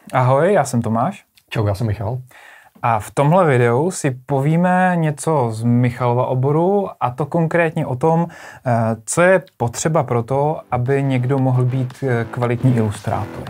Ahoj, já jsem Tomáš. Čau, já jsem Michal. A v tomhle videu si povíme něco z Michalova oboru, a to konkrétně o tom, co je potřeba pro to, aby někdo mohl být kvalitní ilustrátor.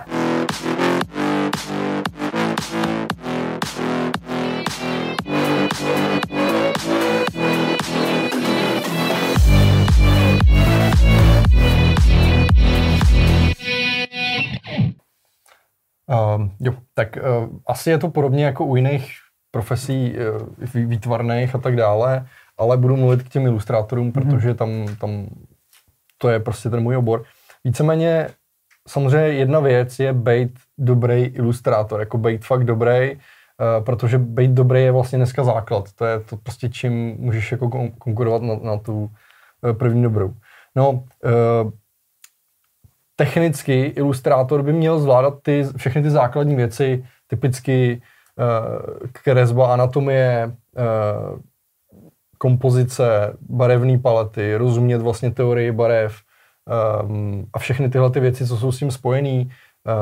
Asi je to podobně jako u jiných profesí výtvarných a tak dále, ale budu mluvit k těm ilustrátorům, protože tam to je prostě ten můj obor. Víceméně samozřejmě jedna věc je být dobrý ilustrátor, jako být fakt dobrý, protože být dobrý je vlastně dneska základ. To je to prostě, čím můžeš jako konkurovat na tu první dobrou. Technicky ilustrátor by měl zvládat všechny ty základní věci, typicky kresba, anatomie, kompozice, barevné palety, rozumět vlastně teorii barev a všechny tyhle ty věci, co jsou s tím spojený,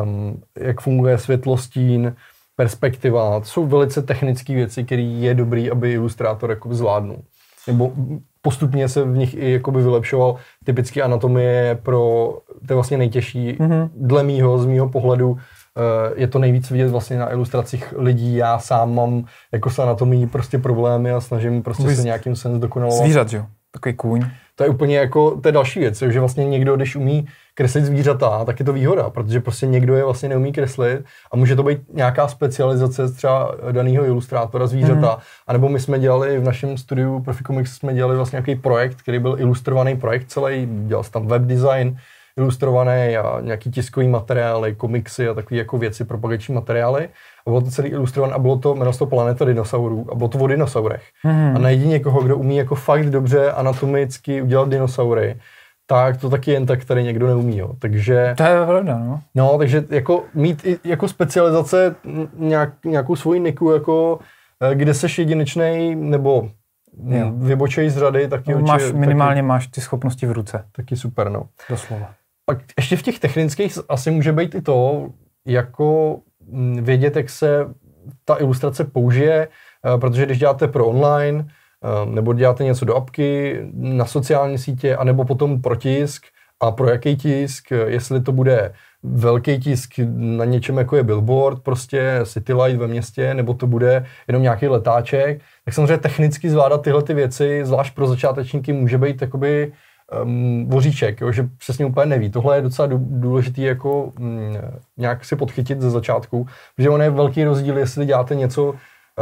jak funguje světlostín, perspektiva. To jsou velice technické věci, které je dobrý, aby ilustrátor jakoby zvládnul. Nebo postupně se v nich i jakoby vylepšoval. Typicky anatomie to je vlastně nejtěžší. Z mýho pohledu je to nejvíc vidět vlastně na ilustracích lidí. Já sám mám jako s anatomií prostě problémy a snažím prostě se nějakým způsobem zdokonalovat. Zvířat, jo? Takový kůň. To je úplně jako, to je další věc, že vlastně někdo, když umí kreslit zvířata, tak je to výhoda, protože prostě někdo je vlastně neumí kreslit a může to být nějaká specializace třeba daného ilustrátora zvířata, anebo my jsme dělali v našem studiu Profi Comics jsme dělali vlastně nějaký projekt, který byl ilustrovaný projekt celý, dělal se tam web design ilustrovaný a nějaký tiskový materiály, komiksy a takové jako věci, propagační materiály. A bylo to celý ilustrované a jmenovalo se to Planeta dinosaurů a bylo to o dinosaurech. A najdi někoho, kdo umí jako fakt dobře anatomicky udělat dinosaury, tak to taky jen tak tady někdo neumí, jo. Takže to je pravda, no. No, takže jako mít i jako specializace nějakou svoji niku, jako kde seš jedinečnej nebo vybočej z řady, taky minimálně máš ty schopnosti v ruce. Taky super, no. Doslova. Pak ještě v těch technických asi může být i to, jako vědět, jak se ta ilustrace použije, protože když děláte pro online, nebo děláte něco do apky, na sociální sítě, anebo potom pro tisk a pro jaký tisk, jestli to bude velký tisk na něčem, jako je billboard, prostě city light ve městě, nebo to bude jenom nějaký letáček, tak samozřejmě technicky zvládat tyhle ty věci, zvlášť pro začátečníky, může být jakoby voříček, jo, že přesně úplně neví. Tohle je docela důležitý jako nějak si podchytit ze začátku, protože on je velký rozdíl, jestli děláte něco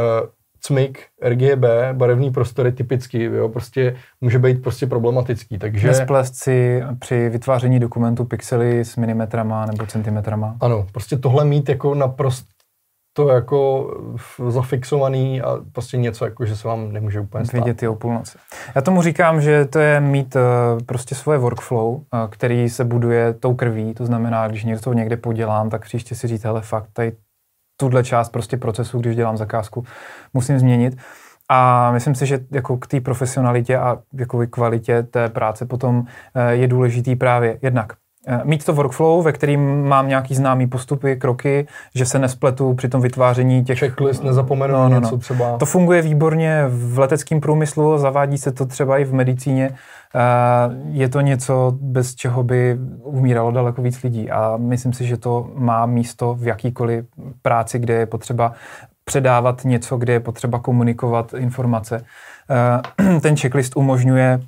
CMYK, RGB, barevný prostory typicky, jo, prostě může být prostě problematický, takže nesplést si při vytváření dokumentu pixely s milimetrama nebo centimetrama. Ano, prostě tohle mít jako naprosto jako zafixovaný a prostě něco, jako, že se vám nemůže úplně stát. Vidět je o půlnoci. Já tomu říkám, že to je mít prostě svoje workflow, který se buduje tou krví, to znamená, když něco někde podělám, tak příště si říct, hele fakt, tady tuhle část prostě procesu, když dělám zakázku, musím změnit. A myslím si, že jako k té profesionalitě a jako kvalitě té práce potom je důležitý právě jednak mít to workflow, ve kterým mám nějaký známý postupy, kroky, že se nespletu při tom vytváření těch checklist, nezapomenu něco třeba. To funguje výborně v leteckém průmyslu, zavádí se to třeba i v medicíně. Je to něco, bez čeho by umíralo daleko víc lidí a myslím si, že to má místo v jakýkoliv práci, kde je potřeba předávat něco, kde je potřeba komunikovat informace. Ten checklist umožňuje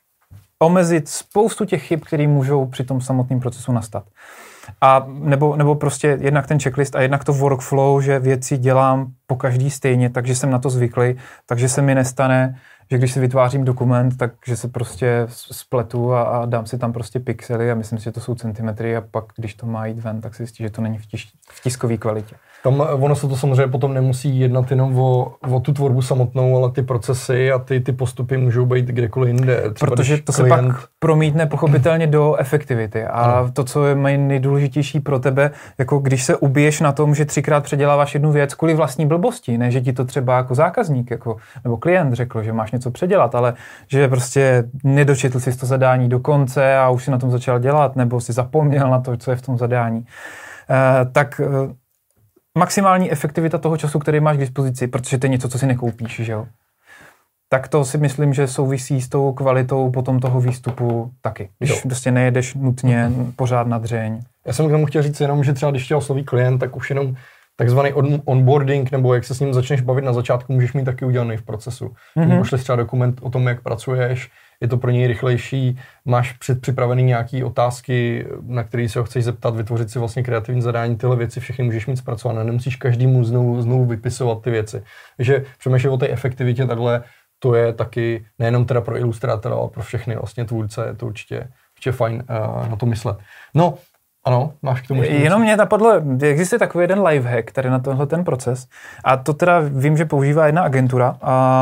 omezit spoustu těch chyb, které můžou při tom samotném procesu nastat. A nebo prostě jednak ten checklist a jednak to workflow, že věci dělám po každý stejně, takže jsem na to zvyklý, takže se mi nestane, že když si vytvářím dokument, takže se prostě spletu a dám si tam prostě pixely a myslím si, že to jsou centimetry a pak, když to má jít ven, tak si zjistí, že to není v tiskové kvalitě. Tam ono se to samozřejmě potom nemusí jednat jenom o tu tvorbu samotnou, ale ty procesy a ty postupy můžou být kdekoliv jinde. Třeba protože to se pak promítne pochopitelně do efektivity a to, co je nejdůležitější pro tebe, jako když se ubiješ na tom, že 3krát předěláváš jednu věc kvůli vlastní blbosti, ne, že ti to třeba jako zákazník nebo klient řekl, že máš něco předělat, ale že prostě nedočetl si to zadání do konce a už si na tom začal dělat, nebo si zapomněl na to, co je v tom zadání. Tak maximální efektivita toho času, který máš k dispozici, protože to je něco, co si nekoupíš, že jo? Tak to si myslím, že souvisí s tou kvalitou potom toho výstupu taky. Když prostě nejedeš nutně pořád na dřeň. Já jsem k tomu chtěl říct jenom, že třeba když tě osloví klient, tak už jenom takzvaný onboarding, nebo jak se s ním začneš bavit na začátku, můžeš mít taky udělaný v procesu. Pošleš třeba dokument o tom, jak pracuješ, je to pro něj rychlejší, máš připravený nějaký otázky, na které se ho chceš zeptat, vytvořit si vlastně kreativní zadání, tyhle věci všechny můžeš mít zpracované, nemusíš každému znovu vypisovat ty věci. Takže přemýšlej o té efektivitě takhle, to je taky nejenom teda pro ilustrátora, ale pro všechny vlastně tvůrce, je to určitě fajn na to myslet. No, ano, máš k tomu jenom mě napadlo, existuje takový jeden lifehack tady na tenhle ten proces a to teda vím, že používá jedna agentura,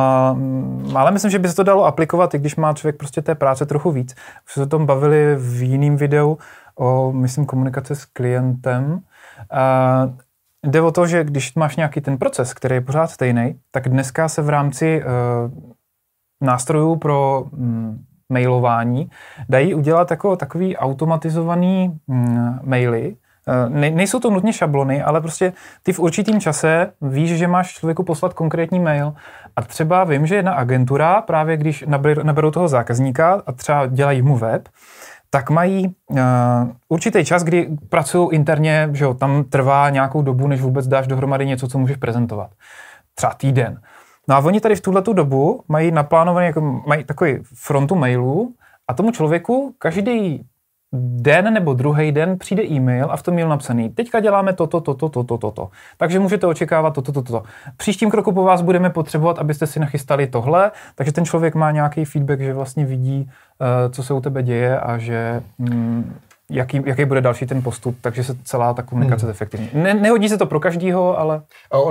ale myslím, že by se to dalo aplikovat, i když má člověk prostě té práce trochu víc. Už se o tom bavili v jiném videu o, myslím, komunikace s klientem. Jde o to, že když máš nějaký ten proces, který je pořád stejný, tak dneska se v rámci nástrojů pro mailování dají udělat jako takový automatizovaný maily. Nejsou to nutně šablony, ale prostě ty v určitým čase víš, že máš člověku poslat konkrétní mail a třeba vím, že jedna agentura, právě když naberou toho zákazníka a třeba dělají mu web, tak mají určitý čas, kdy pracují interně, že jo, tam trvá nějakou dobu, než vůbec dáš dohromady něco, co můžeš prezentovat. Třeba týden. No a oni tady v tuhletu dobu mají naplánovaný, jako mají takový frontu mailů a tomu člověku každý den nebo druhý den přijde e-mail a v tom mailu napsaný, teďka děláme toto. Takže můžete očekávat toto. Příštím kroku po vás budeme potřebovat, abyste si nachystali tohle, takže ten člověk má nějaký feedback, že vlastně vidí, co se u tebe děje a že jaký bude další ten postup, takže se celá ta komunikace zefektivní. Nehodí se to pro každýho, ale...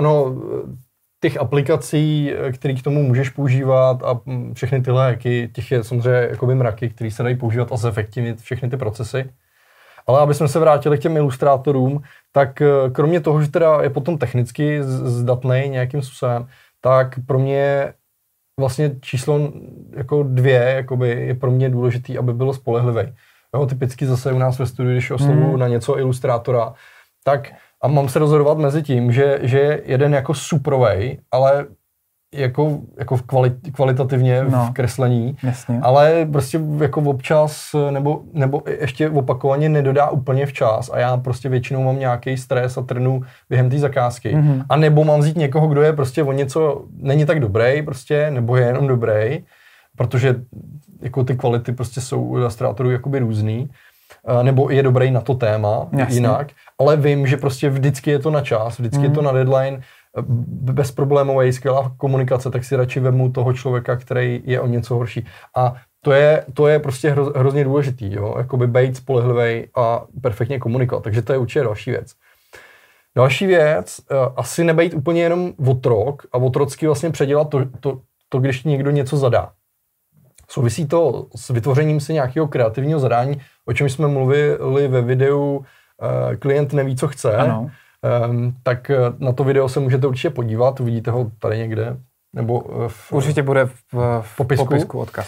Těch aplikací, které k tomu můžeš používat a všechny tyhle hacky, těch je samozřejmě jakoby mraky, které se dají používat a zefektivnit všechny ty procesy. Ale aby jsme se vrátili k těm ilustrátorům, tak kromě toho, že teda je potom technicky zdatnej nějakým způsobem, tak pro mě vlastně číslo jako 2 jakoby, je pro mě důležitý, aby bylo spolehlivý. Jo, typicky zase u nás ve studiu, když oslovuju na něco ilustrátora, tak a mám se rozhodovat mezi tím, že jeden jako suprovej, ale jako kvalitativně v kreslení, jasně. Ale prostě jako občas nebo ještě opakovaně nedodá úplně včas a já prostě většinou mám nějaký stres a trnu během té zakázky. A nebo mám vzít někoho, kdo je prostě o něco není tak dobrý prostě, nebo je jenom dobrý, protože jako ty kvality prostě jsou u ilustrátorů jakoby různý. Nebo je dobrý na to téma, jinak, ale vím, že prostě vždycky je to na čas, vždycky je to na deadline, bezproblémový, skvělá komunikace, tak si radši vemu toho člověka, který je o něco horší. A to je prostě hrozně důležitý, jo, jakoby být spolehlivý a perfektně komunikovat, takže to je určitě další věc. Další věc, asi nebejt úplně jenom otrok a otrocky vlastně předělat to, když někdo něco zadá. Souvisí to s vytvořením si nějakého kreativního zadání, o čem jsme mluvili ve videu Klient neví, co chce. Ano. Tak na to video se můžete určitě podívat, uvidíte ho tady někde, nebo určitě bude v popisku odkaz.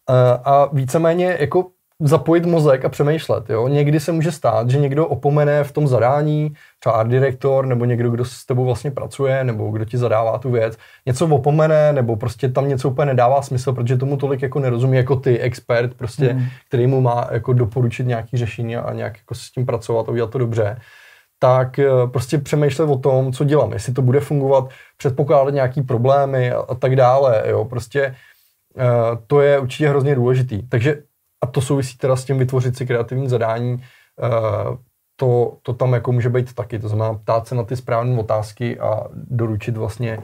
A víceméně jako zapojit mozek a přemýšlet. Jo? Někdy se může stát, že někdo opomene v tom zadání, třeba art direktor, nebo někdo, kdo s tebou vlastně pracuje, nebo kdo ti zadává tu věc, něco opomene, nebo prostě tam něco úplně nedává smysl, protože tomu tolik jako nerozumí jako ty expert, prostě, který mu má jako doporučit nějaký řešení a nějak jako s tím pracovat a udělat to dobře. Tak prostě přemýšlet o tom, co dělám, jestli to bude fungovat, předpokládat nějaký problémy a tak dále, jo, prostě to je určitě hrozně důležitý. Takže a to souvisí teda s tím vytvořit si kreativní zadání, to tam jako může být taky, to znamená ptát se na ty správné otázky a doručit vlastně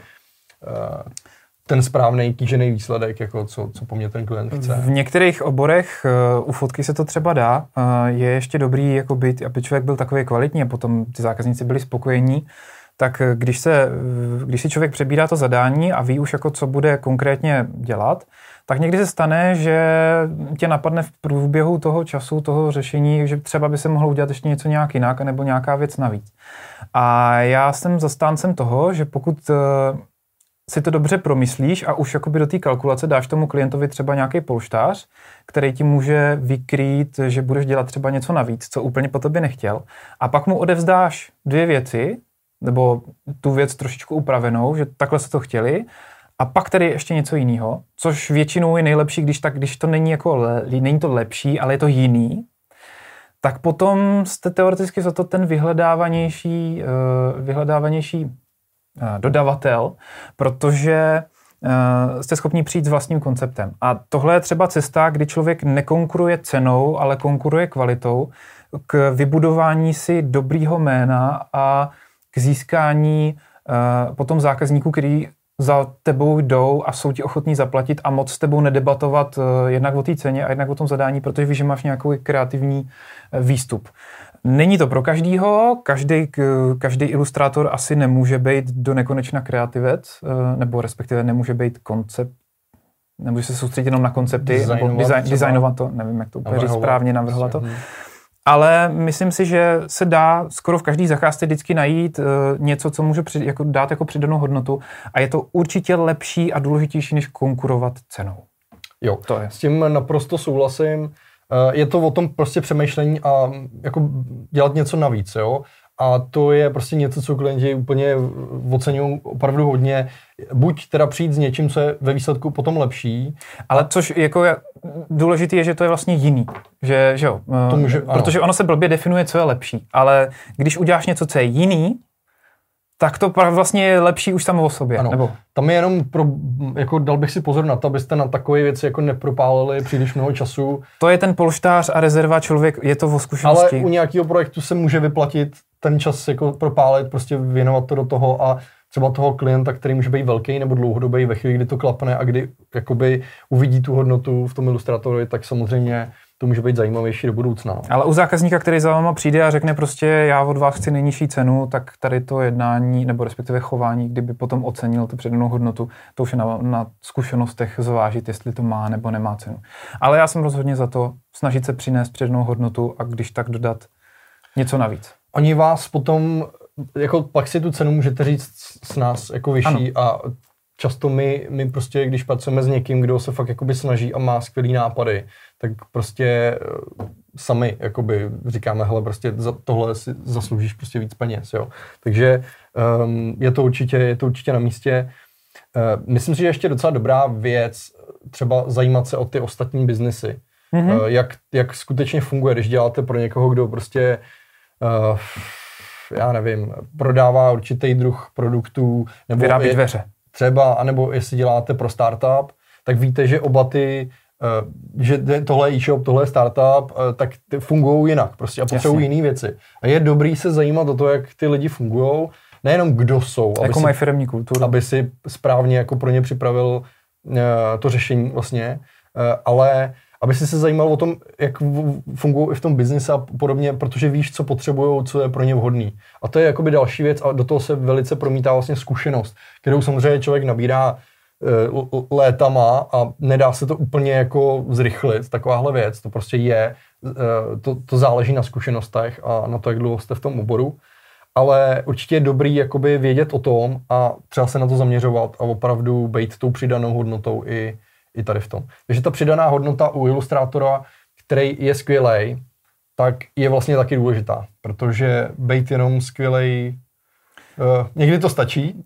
ten správný kýžený výsledek, jako co po mně ten klient chce. V některých oborech u fotky se to třeba dá, je ještě dobrý, jako být, aby člověk byl takový kvalitní a potom ty zákazníci byli spokojení, tak když si člověk přebírá to zadání a ví už, jako co bude konkrétně dělat, tak někdy se stane, že tě napadne v průběhu toho času, toho řešení, že třeba by se mohlo udělat ještě něco nějak jinak, nebo nějaká věc navíc. A já jsem zastáncem toho, že pokud si to dobře promyslíš a už jakoby do té kalkulace dáš tomu klientovi třeba nějaký polštář, který ti může vykrýt, že budeš dělat třeba něco navíc, co úplně po tobě nechtěl, a pak mu odevzdáš 2 věci, nebo tu věc trošičku upravenou, že takhle se to chtěli. A pak tady je ještě něco jiného, což většinou je nejlepší, když to není není to lepší, ale je to jiný, tak potom jste teoreticky za to ten vyhledávanější dodavatel, protože jste schopni přijít s vlastním konceptem. A tohle je třeba cesta, kdy člověk nekonkuruje cenou, ale konkuruje kvalitou k vybudování si dobrýho jména a k získání potom zákazníků, který za tebou jdou a jsou ti ochotní zaplatit a moc s tebou nedebatovat jednak o té ceně a jednak o tom zadání, protože víš, že máš nějaký kreativní výstup. Není to pro každýho, každý ilustrátor asi nemůže být do nekonečna kreativec, nebo respektive nemůže být koncept, nemůže se soustředit jenom na koncepty, nebo designovat to, nevím, jak to úplně říct správně, navrhovat to. Ale myslím si, že se dá skoro v každý zakázce vždycky najít něco, co může dát jako přidanou hodnotu a je to určitě lepší a důležitější, než konkurovat cenou. Jo, to je. S tím naprosto souhlasím. Je to o tom prostě přemýšlení a jako dělat něco navíc, jo. A to je prostě něco, co klienti úplně oceňují opravdu hodně. Buď teda přijít s něčím, co je ve výsledku potom lepší. Ale což jako důležitý je, že to je vlastně jiný. Že jo, protože ono se blbě definuje, co je lepší. Ale když uděláš něco, co je jiný, tak to vlastně je lepší už samo o sobě. Ano. Nebo? Tam je jenom, jako dal bych si pozor na to, abyste na takové věci jako nepropálili příliš mnoho času. To je ten polštář a rezerva člověk, je to o zkušenosti. Ale u nějakého projektu se může vyplatit ten čas jako propálit, prostě věnovat to do toho a třeba toho klienta, který může být velký nebo dlouhodobý ve chvíli, kdy to klapne a kdy jakoby uvidí tu hodnotu v tom ilustrátorovi, tak samozřejmě to může být zajímavější do budoucna. Ale u zákazníka, který za váma přijde a řekne prostě já od vás chci nejnižší cenu, tak tady to jednání nebo respektive chování, kdyby potom ocenil tu přidanou hodnotu, to už je na zkušenostech zvážit, jestli to má nebo nemá cenu. Ale já jsem rozhodně za to snažit se přinést přidanou hodnotu a když tak dodat něco navíc. Oni vás potom, jako pak si tu cenu můžete říct s nás jako vyšší. Ano. A často my prostě, když pracujeme s někým, kdo se fakt jakoby snaží a má skvělý nápady, tak prostě sami jakoby říkáme, hele, prostě za tohle si zasloužíš prostě víc peněz, jo. Takže je to určitě na místě. Myslím si, že ještě docela dobrá věc, třeba zajímat se o ty ostatní biznesy. Mm-hmm. Jak skutečně funguje, když děláte pro někoho, kdo prostě já nevím, prodává určitý druh produktů, nebo vyrábí dveře. Třeba, anebo jestli děláte pro startup, tak víte, že oba ty, že tohle je e-shop, tohle je startup, tak ty fungují jinak prostě a potřebují jiné věci. A je dobrý se zajímat o to, jak ty lidi fungují, nejenom kdo jsou, jako mají firemní kulturu, aby si správně jako pro ně připravil to řešení vlastně, ale aby si se zajímal o tom, jak fungují i v tom biznise a podobně, protože víš, co potřebujou, co je pro ně vhodný. A to je jakoby další věc a do toho se velice promítá vlastně zkušenost, kterou samozřejmě člověk nabírá létama a nedá se to úplně jako zrychlit, takováhle věc. To prostě je, to záleží na zkušenostech a na to, jak dlouho jste v tom oboru. Ale určitě je dobrý jakoby vědět o tom a třeba se na to zaměřovat a opravdu být tou přidanou hodnotou i tady v tom. Takže ta přidaná hodnota u ilustrátora, který je skvělej, tak je vlastně taky důležitá, protože být jenom skvělej, někdy to stačí.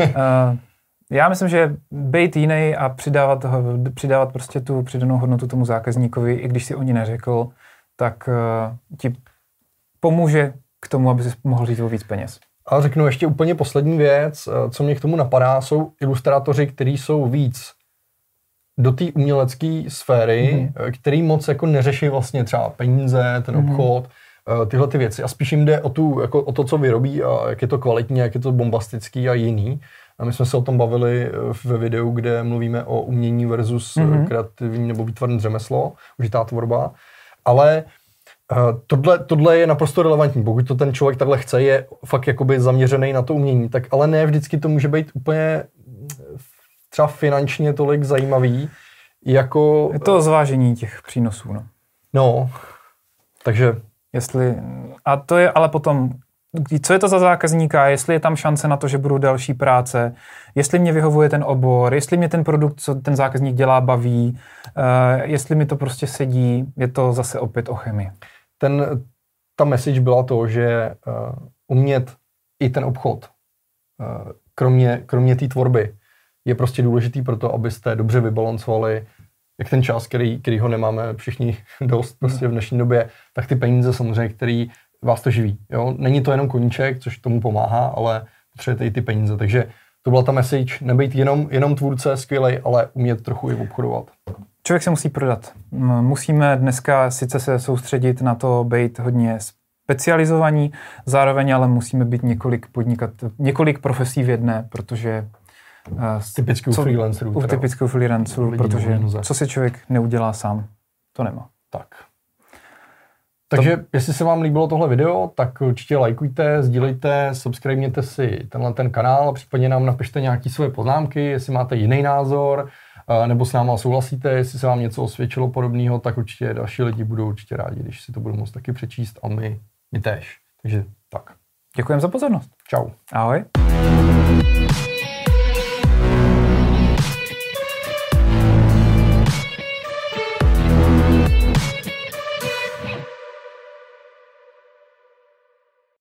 Já myslím, že být jiný a přidávat prostě tu přidanou hodnotu tomu zákazníkovi, i když si o ní neřekl, tak ti pomůže k tomu, aby si mohl říct o víc peněz. A řeknu ještě úplně poslední věc, co mě k tomu napadá, jsou ilustrátoři, kteří jsou víc do té umělecké sféry, který moc jako neřeší vlastně třeba peníze, ten obchod, tyhle ty věci. A spíš jim jde o to, co vyrobí a jak je to kvalitní, jak je to bombastický a jiný. A my jsme se o tom bavili ve videu, kde mluvíme o umění versus kreativní nebo výtvarné řemeslo, užitá tvorba. Ale tohle je naprosto relevantní. Pokud to ten člověk takhle chce, je fakt jakoby zaměřený na to umění, tak ale ne vždycky to může být úplně třeba finančně tolik zajímavý, jako... Je to zvážení těch přínosů, no. No, takže... A to je ale potom, co je to za zákazníka, jestli je tam šance na to, že budou další práce, jestli mě vyhovuje ten obor, jestli mě ten produkt, co ten zákazník dělá, baví, jestli mi to prostě sedí, je to zase opět o chemii. Ta message byla to, že umět i ten obchod, kromě té tvorby, je prostě důležitý pro to, abyste dobře vybalancovali jak ten čas, který ho nemáme všichni dost prostě v dnešní době, tak ty peníze samozřejmě, který vás to živí. Jo? Není to jenom koníček, což tomu pomáhá, ale potřebujete i ty peníze. Takže to byla ta message, nebejt jenom tvůrce skvělej, ale umět trochu i obchodovat. Člověk se musí prodat. Musíme dneska sice se soustředit na to, být hodně specializovaní, zároveň ale musíme být několik profesí v jedné, protože typický freelancerů, protože co si člověk neudělá sám, to nemá. Tak. Takže jestli se vám líbilo tohle video, tak určitě lajkujte, sdílejte, subscribněte si ten kanál, případně nám napište nějaké své poznámky, jestli máte jiný názor, nebo s náma souhlasíte, jestli se vám něco osvědčilo podobného, tak určitě další lidi budou určitě rádi, když si to budou moct taky přečíst a my též. Takže tak. Děkujeme za pozornost. Čau. Ahoj.